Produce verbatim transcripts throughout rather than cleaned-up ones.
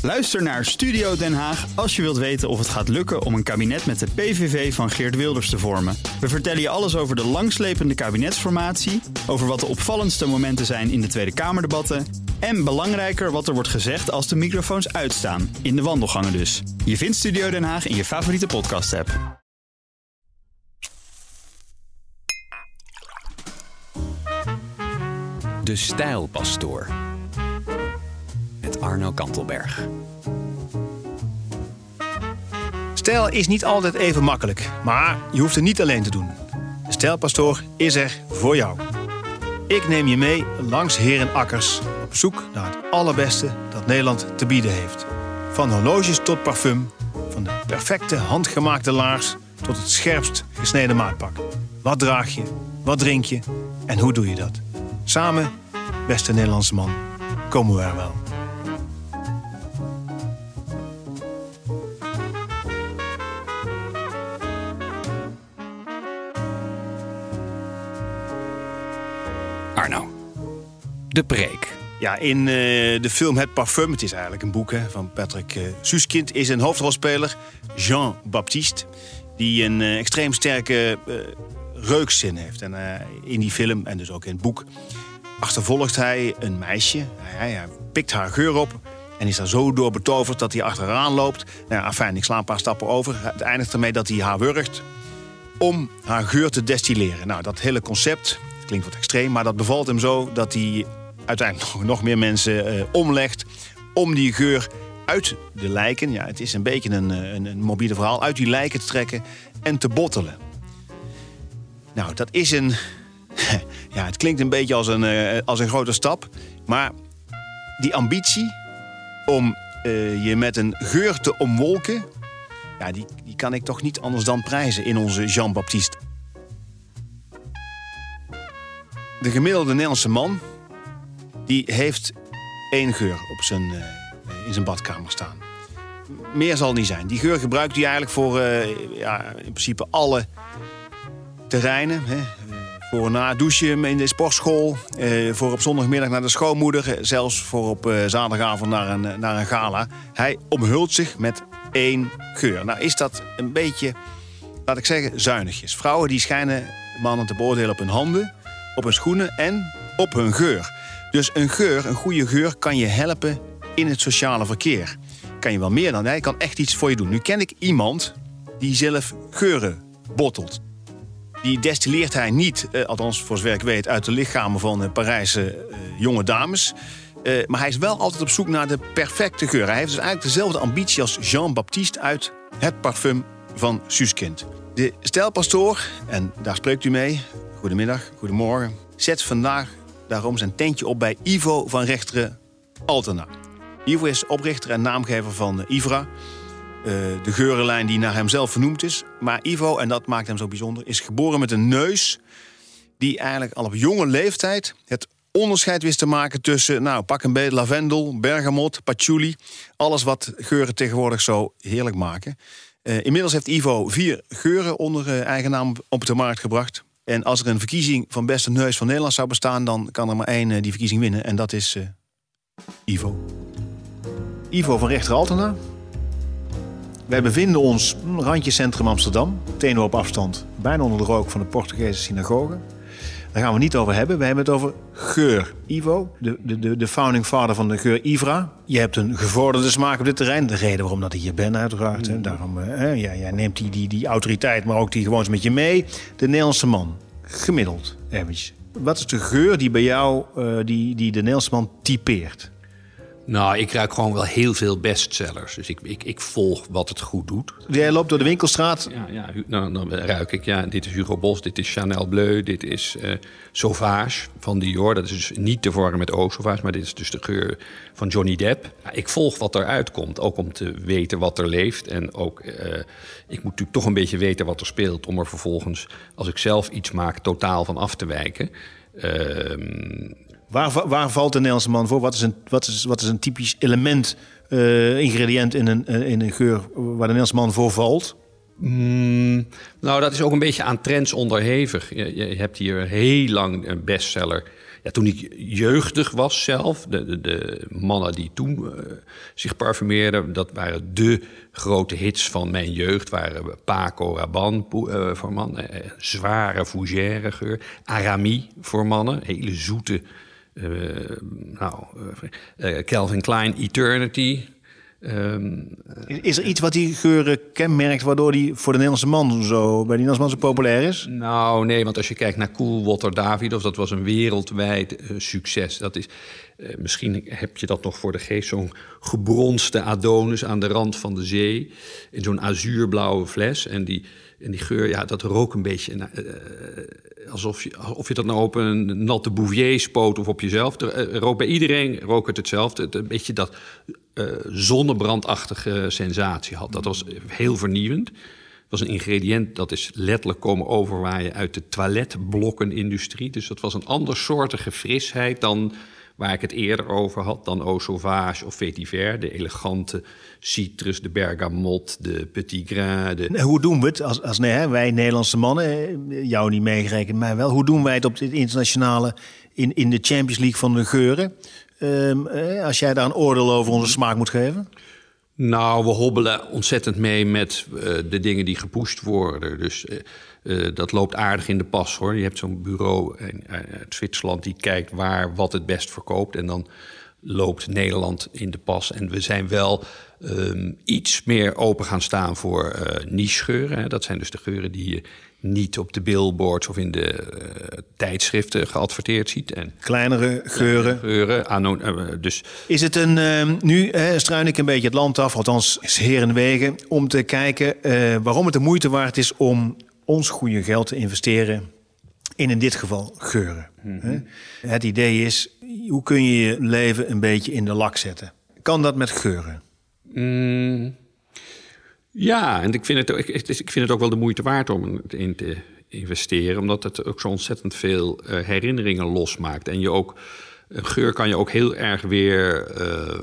Luister naar Studio Den Haag als je wilt weten of het gaat lukken om een kabinet met de P V V van Geert Wilders te vormen. We vertellen je alles over de langslepende kabinetsformatie, over wat de opvallendste momenten zijn in de Tweede Kamerdebatten en belangrijker wat er wordt gezegd als de microfoons uitstaan, in de wandelgangen dus. Je vindt Studio Den Haag in je favoriete podcast-app. De Stijlpastoor met Arno Kantelberg. Stijl is niet altijd even makkelijk, maar je hoeft het niet alleen te doen. De Stijlpastoor is er voor jou. Ik neem je mee langs herenakkers op zoek naar het allerbeste dat Nederland te bieden heeft. Van horloges tot parfum, van de perfecte handgemaakte laars tot het scherpst gesneden maatpak. Wat draag je, wat drink je en hoe doe je dat? Samen, beste Nederlandse man, komen we er wel. Arno, de preek. Ja, in uh, de film Het Parfum, het is eigenlijk een boek hè, van Patrick uh, Suskind, is een hoofdrolspeler, Jean-Baptiste, die een uh, extreem sterke uh, reukzin heeft. En uh, in die film, en dus ook in het boek, achtervolgt hij een meisje. Hij, hij pikt haar geur op en is daar zo door betoverd dat hij achteraan loopt. Nou ja, afijn, ik sla een paar stappen over. Het eindigt ermee dat hij haar wurgt om haar geur te destilleren. Nou, dat hele concept, het klinkt wat extreem, maar dat bevalt hem zo dat hij uiteindelijk nog, nog meer mensen uh, omlegt om die geur uit de lijken, ja, het is een beetje een, een, een morbide verhaal, uit die lijken te trekken en te bottelen. Nou, dat is een... Ja, het klinkt een beetje als een, uh, als een grote stap. Maar die ambitie om uh, je met een geur te omwolken, ja, die, die kan ik toch niet anders dan prijzen in onze Jean-Baptiste. De gemiddelde Nederlandse man, die heeft één geur op zijn, uh, in zijn badkamer staan. Meer zal het niet zijn. Die geur gebruikt hij eigenlijk voor uh, ja, in principe alle terreinen. Hè. Voor na douchen in de sportschool. Uh, voor op zondagmiddag naar de schoonmoeder. Zelfs voor op uh, zaterdagavond naar een, naar een gala. Hij omhult zich met één geur. Nou is dat een beetje, laat ik zeggen, zuinigjes. Vrouwen die schijnen mannen te beoordelen op hun handen, op hun schoenen en op hun geur. Dus een geur, een goede geur, kan je helpen in het sociale verkeer. Kan je wel meer dan hij, kan echt iets voor je doen. Nu ken ik iemand die zelf geuren bottelt. Die destilleert hij niet, eh, althans voor zover ik weet, uit de lichamen van uh, Parijse uh, jonge dames. Uh, maar hij is wel altijd op zoek naar de perfecte geur. Hij heeft dus eigenlijk dezelfde ambitie als Jean-Baptiste uit Het Parfum van Suskind. De Stijlpastoor, en daar spreekt u mee, goedemiddag, goedemorgen, zet vandaag daarom zijn tentje op bij Ivo van Rechteren Altena. Ivo is oprichter en naamgever van uh, Ivra. Uh, de geurenlijn die naar hem zelf vernoemd is. Maar Ivo, en dat maakt hem zo bijzonder, is geboren met een neus die eigenlijk al op jonge leeftijd het onderscheid wist te maken tussen, nou, pak een beetje lavendel, bergamot, patchouli. Alles wat geuren tegenwoordig zo heerlijk maken. Uh, inmiddels heeft Ivo vier geuren onder uh, eigen naam op de markt gebracht. En als er een verkiezing van beste neus van Nederland zou bestaan, dan kan er maar één uh, die verkiezing winnen. En dat is uh, Ivo. Ivo van Rechteren Altena. Wij bevinden ons randje centrum Amsterdam, meteen op afstand, bijna onder de rook van de Portugese synagoge. Daar gaan we het niet over hebben, we hebben het over geur. Ivo, de, de, de founding father van de geur Ivra. Je hebt een gevorderde smaak op dit terrein, de reden waarom dat ik hier ben uiteraard. Mm. Daarom, eh, ja, jij neemt die, die, die autoriteit, maar ook die gewoon eens met je mee. De Nederlandse man, gemiddeld, eventjes. Wat is de geur die bij jou, uh, die, die de Nederlandse man typeert? Nou, ik ruik gewoon wel heel veel bestsellers. Dus ik, ik, ik volg wat het goed doet. Jij loopt door de winkelstraat. Ja, ja nou, dan ruik ik, ja, dit is Hugo Boss, dit is Chanel Bleu, dit is uh, Sauvage van Dior. Dat is dus niet te verwarren met Eau Sauvage, maar dit is dus de geur van Johnny Depp. Ja, ik volg wat eruit komt, ook om te weten wat er leeft. En ook, uh, ik moet natuurlijk toch een beetje weten wat er speelt, om er vervolgens, als ik zelf iets maak, totaal van af te wijken. Uh, Waar, waar valt de Nederlandse man voor? Wat is een, wat is, wat is een typisch element, uh, ingrediënt in een, uh, in een geur waar de Nederlandse man voor valt? Mm, nou, dat is ook een beetje aan trends onderhevig. Je, je hebt hier heel lang een bestseller. ja, toen ik jeugdig was zelf, de, de, de mannen die toen uh, zich parfumeerden, dat waren de grote hits van mijn jeugd, waren Paco Rabanne uh, voor mannen, uh, zware fougère geur, Arami voor mannen, hele zoete, uh, nou, uh, Calvin Klein Eternity. Um, is er iets wat die geuren kenmerkt waardoor die voor de Nederlandse man zo bij de Nederlandse man zo populair is? Nou, nee, want als je kijkt naar Cool Water Davidoff, dat was een wereldwijd uh, succes. Dat is, uh, misschien heb je dat nog voor de geest, zo'n gebronste Adonis aan de rand van de zee in zo'n azuurblauwe fles. En die, en die geur, ja, dat rook een beetje uh, alsof je, alsof je dat nou op een natte Bouvier spoot of op jezelf. Er, uh, rook bij iedereen rook het hetzelfde. Het, een beetje dat Uh, zonnebrandachtige sensatie had. Dat was heel vernieuwend. Het was een ingrediënt dat is letterlijk komen overwaaien uit de toiletblokkenindustrie. Dus dat was een andersoortige frisheid dan waar ik het eerder over had, dan Eau Sauvage of Vetiver. De elegante citrus, de bergamot, de petit grain. De... Hoe doen we het, als, als nee, hè, wij Nederlandse mannen, jou niet meegerekend, mij wel. Hoe doen wij het op dit internationale, in, in de Champions League van de geuren? Um, als jij daar een oordeel over onze smaak moet geven? Nou, we hobbelen ontzettend mee met uh, de dingen die gepusht worden. Dus uh, uh, dat loopt aardig in de pas, hoor. Je hebt zo'n bureau in, uh, uit Zwitserland die kijkt waar wat het best verkoopt. En dan loopt Nederland in de pas. En we zijn wel um, iets meer open gaan staan voor uh, niche-geuren. Hè. Dat zijn dus de geuren die je niet op de billboards of in de uh, tijdschriften geadverteerd ziet. En kleinere geuren. geuren anon, uh, dus... Is het een, uh, nu uh, struin ik een beetje het land af, althans is heer in de wegen, om te kijken uh, waarom het de moeite waard is om ons goede geld te investeren in in dit geval geuren. Mm-hmm. Het idee is, hoe kun je je leven een beetje in de lak zetten? Kan dat met geuren? Mm. Ja, en ik vind, het, ik, ik vind het ook wel de moeite waard om in te investeren, omdat het ook zo ontzettend veel uh, herinneringen losmaakt. En je ook, een geur kan je ook heel erg weer, uh,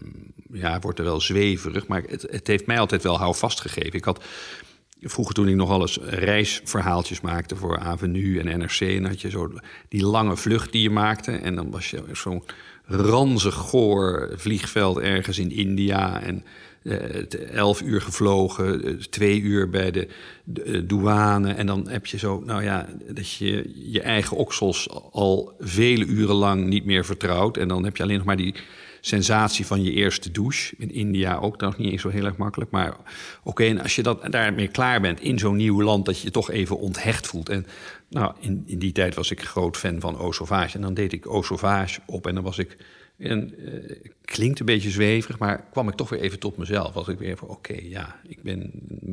ja, wordt er wel zweverig, maar het, het heeft mij altijd wel houvast gegeven. Ik had vroeger, toen ik nog alles reisverhaaltjes maakte voor Avenue en N R C, en had je zo die lange vlucht die je maakte, en dan was je zo'n ranzig goor vliegveld ergens in India en Uh, elf uur gevlogen, uh, twee uur bij de, de uh, douane. En dan heb je zo, nou ja, dat je je eigen oksels al vele uren lang niet meer vertrouwt. En dan heb je alleen nog maar die sensatie van je eerste douche. In India ook nog niet eens zo heel erg makkelijk. Maar oké, okay, en als je dat, daarmee klaar bent in zo'n nieuw land, dat je je toch even onthecht voelt. En nou, in, in die tijd was ik groot fan van Eau Sauvage. En dan deed ik Eau Sauvage op en dan was ik... En uh, klinkt een beetje zweverig, maar kwam ik toch weer even tot mezelf. Was ik weer van, oké, okay, ja, ik ben...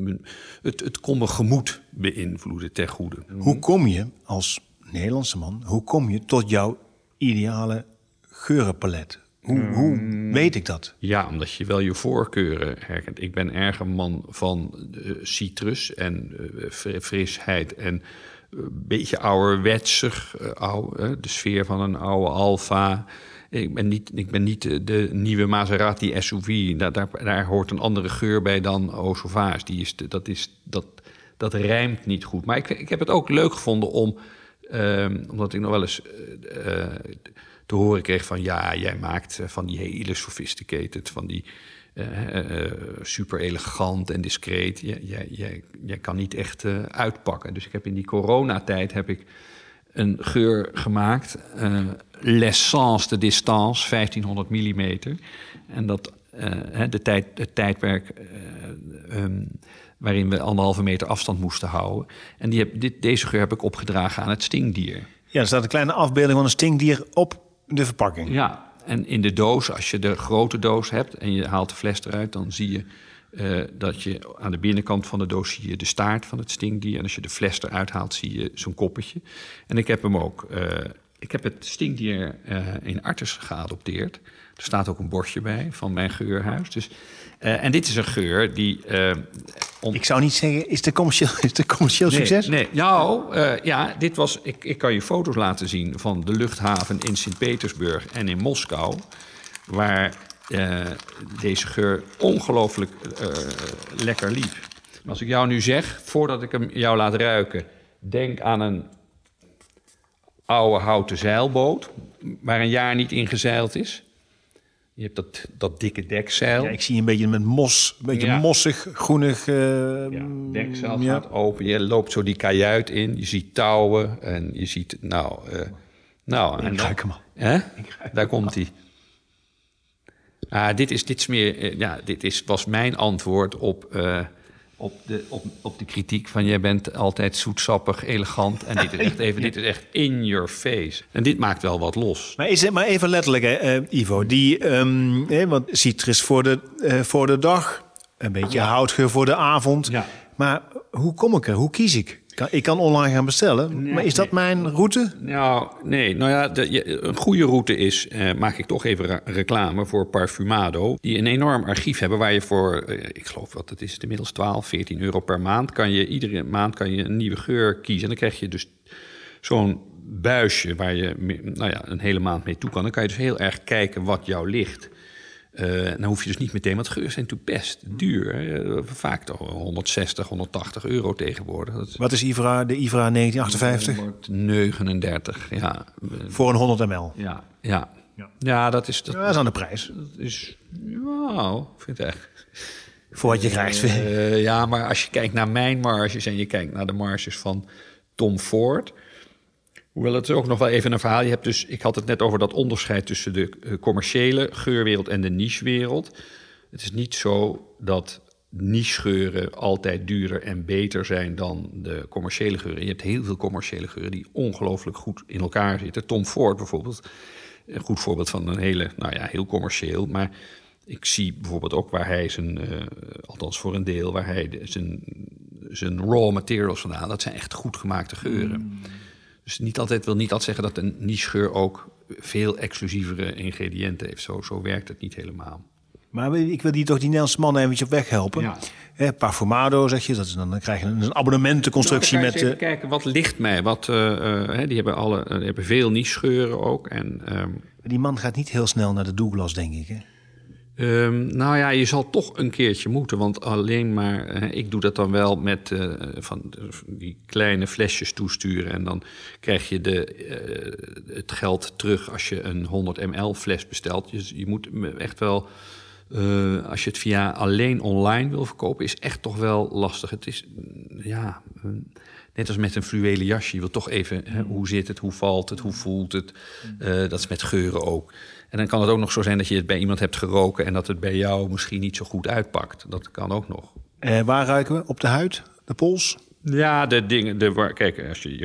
Het, het kon mijn gemoed beïnvloeden ten goede. Hoe kom je als Nederlandse man, hoe kom je tot jouw ideale geurenpalet? Hoe, mm. hoe weet ik dat? Ja, omdat je wel je voorkeuren herkent. Ik ben erg een man van uh, citrus en uh, frisheid en een uh, beetje ouderwetsig. Uh, oude, uh, de sfeer van een oude Alfa. Ik ben niet, ik ben niet de, de nieuwe Maserati S U V. Daar, daar, daar hoort een andere geur bij dan Eau Sauvage. Die is, dat, is, dat, dat rijmt niet goed. Maar ik, ik heb het ook leuk gevonden om... Um, omdat ik nog wel eens uh, uh, te horen kreeg van... ja, jij maakt van die hele sophisticated... van die uh, uh, super elegant en discreet. Jij, jij, jij, jij kan niet echt uh, uitpakken. Dus ik heb in die coronatijd... heb ik een geur gemaakt... Uh, L'essence de distance, vijftienhonderd millimeter. En dat uh, de tijd, het tijdperk uh, um, waarin we anderhalve meter afstand moesten houden. En die heb, dit, deze geur heb ik opgedragen aan het stinkdier. Ja, er staat een kleine afbeelding van een stinkdier op de verpakking. Ja, en in de doos, als je de grote doos hebt en je haalt de fles eruit... dan zie je uh, dat je aan de binnenkant van de doos zie je de staart van het stinkdier. En als je de fles eruit haalt, zie je zo'n koppetje. En ik heb hem ook... Uh, Ik heb het stinkdier uh, in Artes geadopteerd. Er staat ook een bordje bij van mijn geurhuis. Dus, uh, en dit is een geur die... Uh, om... Ik zou niet zeggen, is het commercieel, is het commercieel nee, succes? Nee, nou, uh, ja, dit was... Ik, ik kan je foto's laten zien van de luchthaven in Sint-Petersburg en in Moskou... waar uh, deze geur ongelooflijk uh, lekker liep. Als ik jou nu zeg, voordat ik hem jou laat ruiken... denk aan een... oude houten zeilboot waar een jaar niet in gezeild is. Je hebt dat, dat dikke dekzeil. Ja, ik zie een beetje met mos, een beetje Ja. mossig, groenig. Uh, Ja, dekzeil ja. gaat open. Je loopt zo die kajuit in. Je ziet touwen en je ziet... Nou, uh, nou en Ik ruik hem al. Hè? Daar komt hij. Ah, dit is, dit is meer... uh, ja, dit is, was mijn antwoord op... Uh, Op de, op, op de kritiek van jij bent altijd zoetsappig, elegant. En dit is echt even, dit is echt in your face. En dit maakt wel wat los. Maar, is het, maar even letterlijk, hè, uh, Ivo. Die, um, hè, want citrus voor de, uh, voor de dag. Een beetje houtgeur voor de avond. Ja. Maar hoe kom ik er? Hoe kies ik? Kan, ik kan online gaan bestellen. Nee, maar is dat nee. mijn route? Nou, nee. Nou ja, de, je, een goede route is, eh, maak ik toch even ra- reclame voor Parfumado. Die een enorm archief hebben waar je voor, eh, ik geloof wat het is, inmiddels twaalf, veertien euro per maand. Kan je, iedere maand kan je een nieuwe geur kiezen. En dan krijg je dus zo'n buisje waar je nou ja, een hele maand mee toe kan. Dan kan je dus heel erg kijken wat jou ligt. Uh, dan hoef je dus niet meteen, want geuren zijn natuurlijk best duur. Uh, vaak toch honderdzestig, honderdtachtig euro tegenwoordig. Dat is Wat is Ivra, de Ivra negentien achtenvijftig? honderdnegenendertig, ja. Voor een honderd milliliter. Ja, ja. Ja. Ja, dat is... Dat, Ja, dat is aan de prijs. dat is... Wauw, ik vind het echt... Voor wat je krijgt. Uh, ja, maar als je kijkt naar mijn marges en je kijkt naar de marges van Tom Ford... Hoewel het is ook nog wel even een verhaal. Je hebt dus, ik had het net over dat onderscheid tussen de uh, commerciële geurwereld en de nichewereld. Het is niet zo dat nichegeuren altijd duurder en beter zijn dan de commerciële geuren. Je hebt heel veel commerciële geuren die ongelooflijk goed in elkaar zitten. Tom Ford bijvoorbeeld, een goed voorbeeld van een hele, nou ja, heel commercieel. Maar ik zie bijvoorbeeld ook waar hij zijn, uh, althans voor een deel, waar hij de, zijn, zijn raw materials vandaan, dat zijn echt goed gemaakte geuren. Mm. Dus niet altijd, wil niet altijd zeggen dat een nichegeur ook veel exclusievere ingrediënten heeft. Zo, zo werkt het niet helemaal. Maar ik wil die toch die Nederlandse mannen eventjes op weg helpen. Ja. He, Parfumado zeg je, dat is dan, dan krijg je een, een abonnementenconstructie nou, met... Even uh, kijken, wat ligt mij? Wat, uh, uh, die hebben, alle, uh, die hebben veel nichegeuren ook. En, um, die man gaat niet heel snel naar de Douglas, denk ik, hè? Um, nou ja, je zal toch een keertje moeten. Want alleen maar... Uh, ik doe dat dan wel met uh, van die kleine flesjes toesturen. En dan krijg je de, uh, het geld terug als je een honderd milliliter fles bestelt. Dus je moet echt wel... Uh, als je het via alleen online wil verkopen, is echt toch wel lastig. Het is, ja... Uh, Net als met een fluwelen jasje. Je wil toch even, hè, hoe zit het, hoe valt het, hoe voelt het. Uh, dat is met geuren ook. En dan kan het ook nog zo zijn dat je het bij iemand hebt geroken en dat het bij jou misschien niet zo goed uitpakt. Dat kan ook nog. Uh, waar ruiken we? Op de huid? De pols? Ja, de dingen... De, kijk, als je,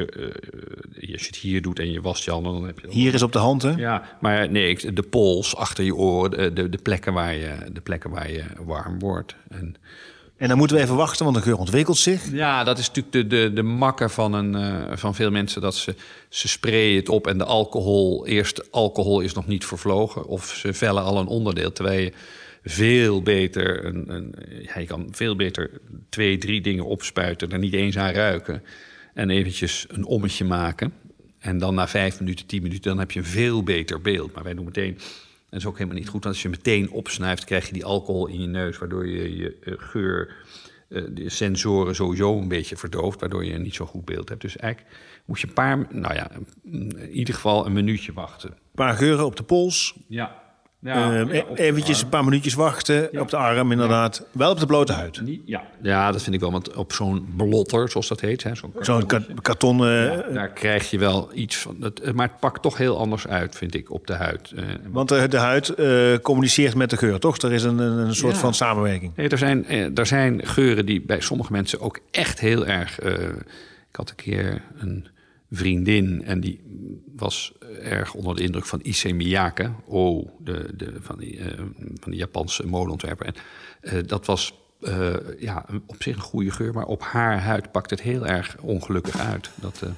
uh, als je het hier doet en je wast je handen, dan heb je... Hier is op de hand, hè? Ja, maar nee, de pols achter je oren, de, de, de, plekken, waar je, de plekken waar je warm wordt. En, En dan moeten we even wachten, want de geur ontwikkelt zich. Ja, dat is natuurlijk de, de, de makker van, een, uh, van veel mensen. Dat ze, ze sprayen het op en de alcohol... Eerst alcohol is nog niet vervlogen. Of ze vellen al een onderdeel. Terwijl je veel beter... Een, een, ja, je kan veel beter twee, drie dingen opspuiten... er niet eens aan ruiken. En eventjes een ommetje maken. En dan na vijf minuten, tien minuten... dan heb je een veel beter beeld. Maar wij doen meteen... Dat is ook helemaal niet goed. Want als je meteen opsnuift, krijg je die alcohol in je neus... waardoor je je uh, geur, uh, de sensoren sowieso een beetje verdooft... waardoor je niet zo goed beeld hebt. Dus eigenlijk moet je een paar... Nou ja, in ieder geval een minuutje wachten. Een paar geuren op de pols. Ja. Ja, uh, ja, eventjes een paar minuutjes wachten. Ja. Op de arm, inderdaad. Ja. Wel op de blote huid. Ja. ja, dat vind ik wel. Want op zo'n blotter, zoals dat heet... Hè, zo'n zo'n ka- karton... Uh, ja, daar krijg je wel iets van... Het, maar het pakt toch heel anders uit, vind ik, op de huid. Uh, want de, de huid uh, communiceert met de geur, toch? Er is een, een soort ja. van samenwerking. Nee, er, zijn, er zijn geuren die bij sommige mensen ook echt heel erg... Uh, ik had een keer een vriendin en die was erg onder de indruk van Issey Miyake. Oh, de, de, van, die, uh, van die Japanse modeontwerper. En uh, dat was uh, ja, op zich een goede geur, maar op haar huid pakt het heel erg ongelukkig uit. Dat, uh...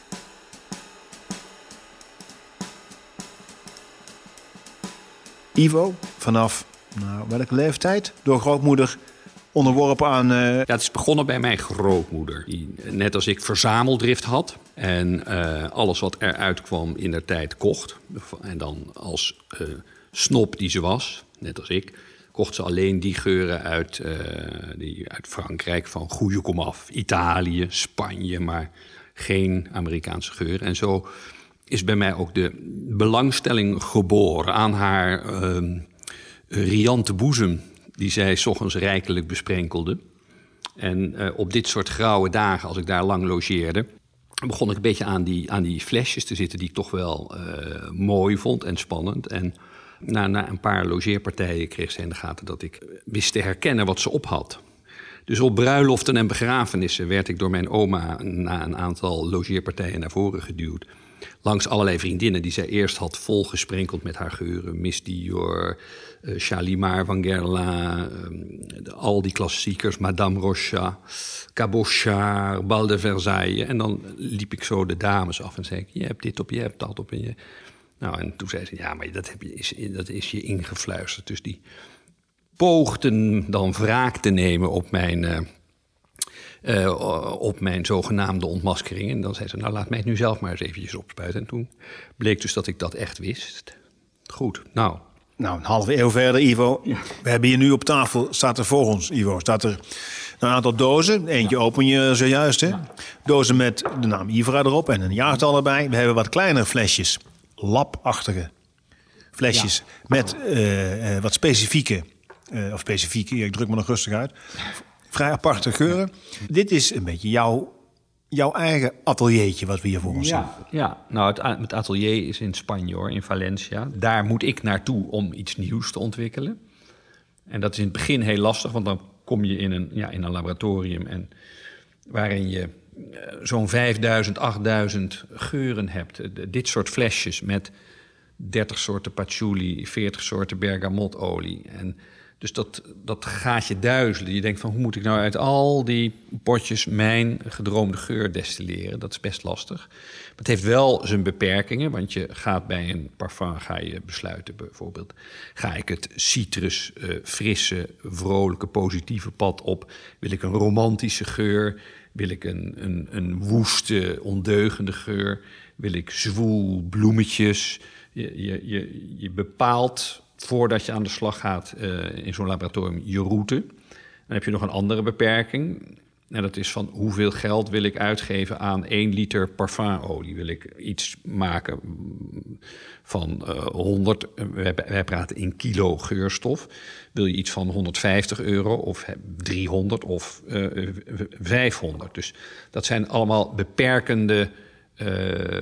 Ivo, vanaf nou, welke leeftijd? Door grootmoeder onderworpen aan... Uh... Ja, het is begonnen bij mijn grootmoeder. Die net als ik verzameldrift had. En uh, alles wat eruit kwam in der tijd kocht. En dan als uh, snop die ze was, net als ik... kocht ze alleen die geuren uit, uh, die uit Frankrijk van goede komaf. Italië, Spanje, maar geen Amerikaanse geuren. En zo is bij mij ook de belangstelling geboren aan haar uh, riante boezem, die zij 's ochtends rijkelijk besprenkelde. En uh, op dit soort grauwe dagen, als ik daar lang logeerde, begon ik een beetje aan die, aan die flesjes te zitten die ik toch wel uh, mooi vond en spannend. En na, na een paar logeerpartijen kreeg ze in de gaten dat ik wist te herkennen wat ze op had. Dus op bruiloften en begrafenissen werd ik door mijn oma na een aantal logeerpartijen naar voren geduwd. Langs allerlei vriendinnen die zij eerst had volgesprenkeld met haar geuren. Miss Dior, uh, Shalimar van Guerlain, uh, al die klassiekers. Madame Rocha, Cabochard, Bal de Versailles. En dan liep ik zo de dames af en zei ik, je hebt dit op, je hebt dat op. En, je... nou, en toen zei ze, ja, maar dat, heb je, is, dat is je ingefluisterd. Dus die poogden dan wraak te nemen op mijn... Uh, Uh, op mijn zogenaamde ontmaskering. En dan zei ze, nou laat mij het nu zelf maar eens eventjes opspuiten. En toen bleek dus dat ik dat echt wist. Goed, nou. Nou, een halve eeuw verder, Ivo. Ja. We hebben hier nu op tafel, staat er voor ons, Ivo, staat er een aantal dozen. Eentje ja. open je zojuist, hè? Ja. Dozen met de naam Ivra erop en een jaartal erbij. We hebben wat kleinere flesjes, lapachtige flesjes... Ja. met uh, uh, wat specifieke, uh, of specifieke, ik druk me nog rustig uit... vrij aparte geuren. Dit is een beetje jouw, jouw eigen ateliertje wat we hier voor ons ja, zien. Ja, nou het, het atelier is in Spanje hoor, in Valencia. Daar moet ik naartoe om iets nieuws te ontwikkelen. En dat is in het begin heel lastig, want dan kom je in een, ja, in een laboratorium... En waarin je uh, zo'n vijfduizend, achtduizend geuren hebt. Uh, dit soort flesjes met dertig soorten patchouli, veertig soorten bergamotolie... En dus dat, dat gaat je duizelen. Je denkt van, hoe moet ik nou uit al die potjes mijn gedroomde geur destilleren? Dat is best lastig. Maar het heeft wel zijn beperkingen, want je gaat bij een parfum ga je besluiten bijvoorbeeld... ga ik het citrus, uh, frisse, vrolijke, positieve pad op? Wil ik een romantische geur? Wil ik een, een, een woeste, ondeugende geur? Wil ik zwoel, bloemetjes? Je, je, je, je bepaalt... voordat je aan de slag gaat uh, in zo'n laboratorium, je route. Dan heb je nog een andere beperking. En dat is van hoeveel geld wil ik uitgeven aan één liter parfumolie? Wil ik iets maken van uh, honderd... Wij, wij praten in kilo geurstof. Wil je iets van honderdvijftig euro of driehonderd of uh, vijfhonderd? Dus dat zijn allemaal beperkende... Uh,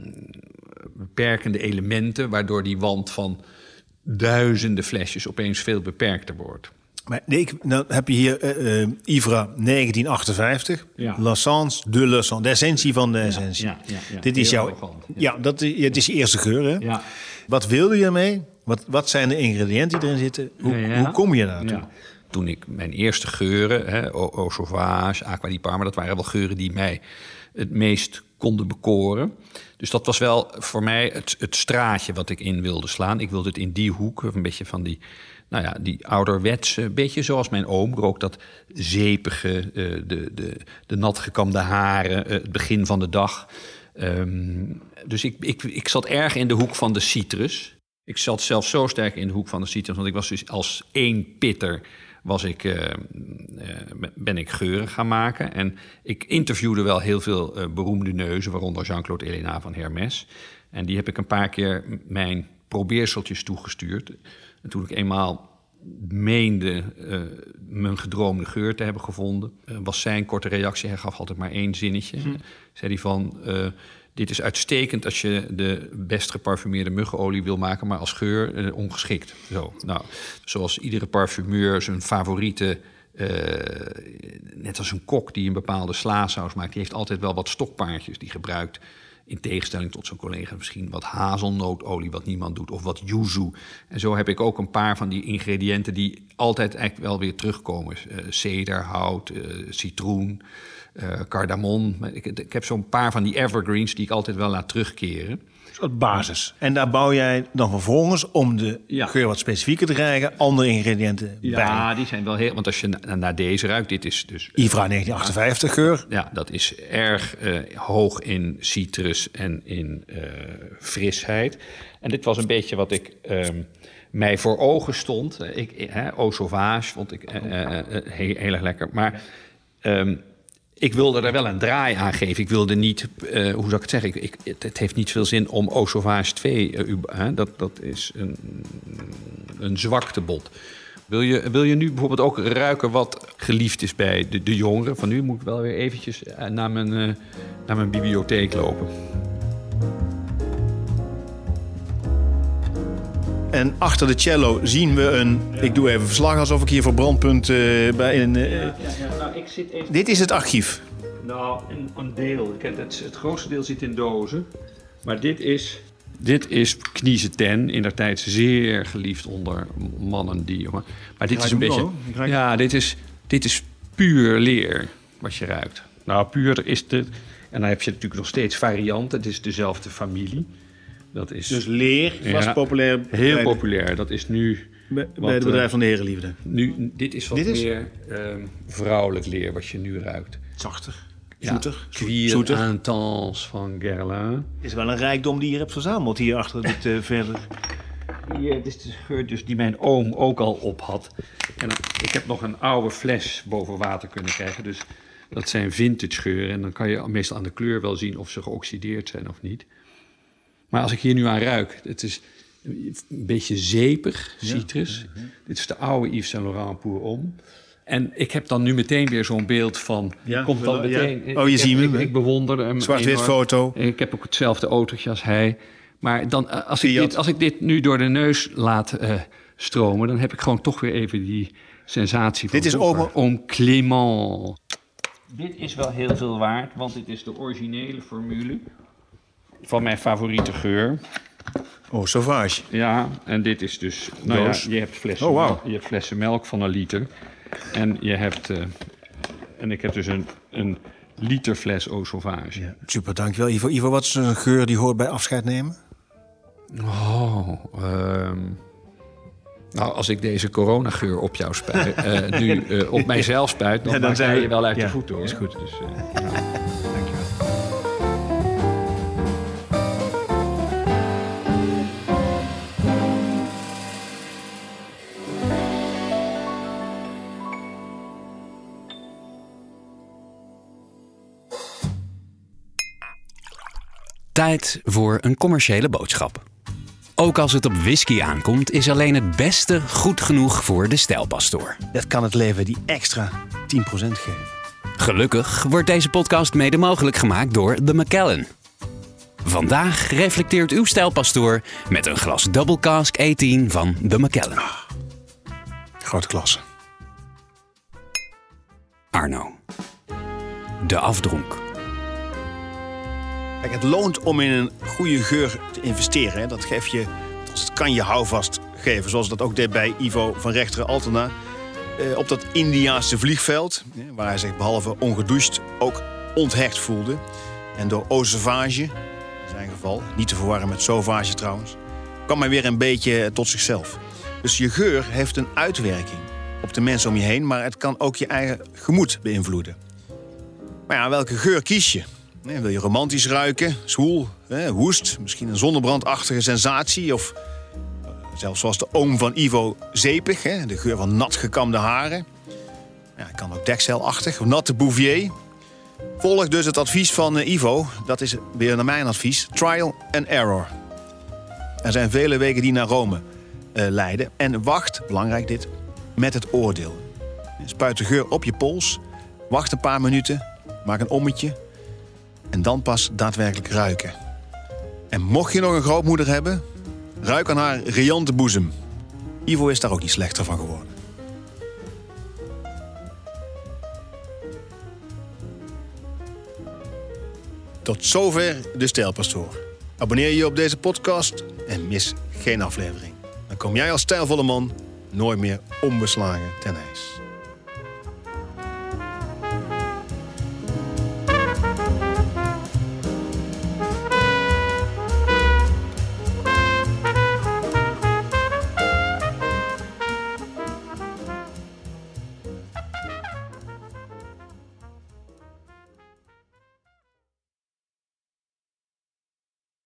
beperkende elementen... waardoor die wand van... duizenden flesjes opeens veel beperkter wordt. Maar nee, ik, dan heb je hier uh, uh, Ivra negentien achtenvijftig. Ja. L'essence de l'essence. De essentie van de essentie. Ja, ja, ja, ja. Dit is jouw... Ja, ja dat, het is je eerste geur, hè? Ja. Wat wil je ermee? Wat, wat zijn de ingrediënten die erin zitten? Hoe, ja, ja. hoe kom je daartoe? Ja. Toen ik mijn eerste geuren, hè, Eau Sauvage, Aqua di Parma... dat waren wel geuren die mij het meest konden bekoren. Dus dat was wel voor mij het, het straatje wat ik in wilde slaan. Ik wilde het in die hoek, een beetje van die, nou ja, die ouderwetse... een beetje zoals mijn oom rook, dat zeepige, uh, de, de, de natgekamde haren, uh, het begin van de dag. Um, dus ik, ik, ik zat erg in de hoek van de citrus. Ik zat zelfs zo sterk in de hoek van de citrus, want ik was dus als één pitter... was ik, uh, uh, ben ik geuren gaan maken. En ik interviewde wel heel veel uh, beroemde neuzen... waaronder Jean-Claude Ellena van Hermès. En die heb ik een paar keer mijn probeerseltjes toegestuurd. En toen ik eenmaal meende uh, mijn gedroomde geur te hebben gevonden... Uh, was zijn korte reactie, hij gaf altijd maar één zinnetje. Hm. Zei hij van... Uh, dit is uitstekend als je de best geparfumeerde muggenolie wil maken... maar als geur eh, ongeschikt. Zo, nou, zoals iedere parfumeur zijn favoriete... Uh, net als een kok die een bepaalde slaasaus maakt... die heeft altijd wel wat stokpaardjes die gebruikt... in tegenstelling tot zijn collega misschien wat hazelnootolie... wat niemand doet, of wat yuzu. En zo heb ik ook een paar van die ingrediënten... die altijd eigenlijk wel weer terugkomen. Uh, cederhout, uh, citroen... Uh, cardamom. Ik, ik heb zo'n paar van die evergreens die ik altijd wel laat terugkeren. Een soort basis. En daar bouw jij dan vervolgens, om de ja. geur wat specifieker te krijgen, andere ingrediënten ja, bij. Ja, die zijn wel heel... Want als je na, naar deze ruikt, dit is dus... Ivra negentien achtenvijftig geur. Ja, dat is erg uh, hoog in citrus en in uh, frisheid. En dit was een beetje wat ik... Um, mij voor ogen stond. Ik, hè, Eau Sauvage vond ik uh, uh, heel, heel erg lekker. Maar... Um, ik wilde er wel een draai aan geven. Ik wilde niet, uh, hoe zou ik het zeggen? Ik, ik, het, het heeft niet veel zin om Eau Sauvage twee... Uh, uh, dat, dat is een, een zwaktebod. Wil je, wil je nu bijvoorbeeld ook ruiken wat geliefd is bij de, de jongeren? Van nu moet ik wel weer eventjes naar mijn, uh, naar mijn bibliotheek lopen. En achter de cello zien we een... Ik doe even verslag alsof ik hier voor Brandpunt uh, bij een... Uh, ja, ja, ja. Nou, ik zit even... Dit is het archief. Nou, een, een deel. Het, het, het grootste deel zit in dozen. Maar dit is... Dit is Kniezen ten, indertijd zeer geliefd onder mannen die jongen. Maar dit is een beetje... Ja, dit is, dit is puur leer wat je ruikt. Nou, puur is het... En dan heb je natuurlijk nog steeds varianten. Het is dezelfde familie. Dat is, dus leer was ja, populair. Heel bij populair. De, dat is nu... Bij, bij het bedrijf van de herenliefde. Nu, dit is wat dit is? meer um, vrouwelijk leer wat je nu ruikt. Zachter. Ja, zoeter. Cuir zoeter. Intense van Guerlain. Is wel een rijkdom die je hier hebt verzameld hier achter dit uh, verder. Ja, dit is de geur dus die mijn oom ook al op had. En dan, ik heb nog een oude fles boven water kunnen krijgen. Dus dat zijn vintage geuren. En dan kan je meestal aan de kleur wel zien of ze geoxideerd zijn of niet. Maar als ik hier nu aan ruik, het is een beetje zeepig, citrus. Ja, ja, ja. Dit is de oude Yves Saint Laurent Pour Homme. En ik heb dan nu meteen weer zo'n beeld van... Ja, komt dan meteen, ja. Oh, je ziet hem. Ik, ik bewonder hem. Zwart-wit foto. Ik heb ook hetzelfde autootje als hij. Maar dan, als, ik dit, als ik dit nu door de neus laat uh, stromen... dan heb ik gewoon toch weer even die sensatie van... Dit is Oom Oom Clément. Dit is wel heel veel waard, want dit is de originele formule... van mijn favoriete geur. Oh, Sauvage. Ja, en dit is dus... Nou ja, je hebt flessen, oh, wow. je hebt flessen melk van een liter. En je hebt... Uh, en ik heb dus een, een liter fles Eau Sauvage. Ja, super, dankjewel. Ivo, Ivo, wat is een geur die hoort bij afscheid nemen? Oh, um, nou, als ik deze coronageur op jou spuit... Uh, nu uh, op mijzelf spuit, dan, ja, dan maak je wel uit ja, de voeten, hoor. Is goed. Dus, uh, ja. Tijd voor een commerciële boodschap. Ook als het op whisky aankomt, is alleen het beste goed genoeg voor de Stijlpastoor. Dat kan het leven die extra tien procent geven. Gelukkig wordt deze podcast mede mogelijk gemaakt door The Macallan. Vandaag reflecteert uw Stijlpastoor met een glas Double Cask achttien van The Macallan. Ah, grote klasse. Arno. De afdronk. Kijk, het loont om in een goede geur te investeren. Hè. Dat geef je, dat kan je houvast geven. Zoals dat ook deed bij Ivo van Rechteren Altena. Eh, op dat Indiaanse vliegveld. Eh, waar hij zich behalve ongedoucht ook onthecht voelde. En door Eau Sauvage, in zijn geval, niet te verwarren met Sauvage trouwens, kwam hij weer een beetje tot zichzelf. Dus je geur heeft een uitwerking op de mensen om je heen. Maar het kan ook je eigen gemoed beïnvloeden. Maar ja, welke geur kies je? Nee, wil je romantisch ruiken, zwoel, hè, woest, misschien een zonnebrandachtige sensatie... of uh, zelfs zoals de oom van Ivo, zeepig, hè, de geur van nat gekamde haren. Ja, kan ook dekselachtig, of natte bouvier. Volg dus het advies van uh, Ivo, dat is weer naar mijn advies, trial and error. Er zijn vele wegen die naar Rome uh, leiden. En wacht, belangrijk dit, met het oordeel. Spuit de geur op je pols, wacht een paar minuten, maak een ommetje... En dan pas daadwerkelijk ruiken. En mocht je nog een grootmoeder hebben, ruik aan haar riante boezem. Ivo is daar ook niet slechter van geworden. Tot zover de Stijlpastoor. Abonneer je op deze podcast en mis geen aflevering. Dan kom jij als stijlvolle man nooit meer onbeslagen ten ijs.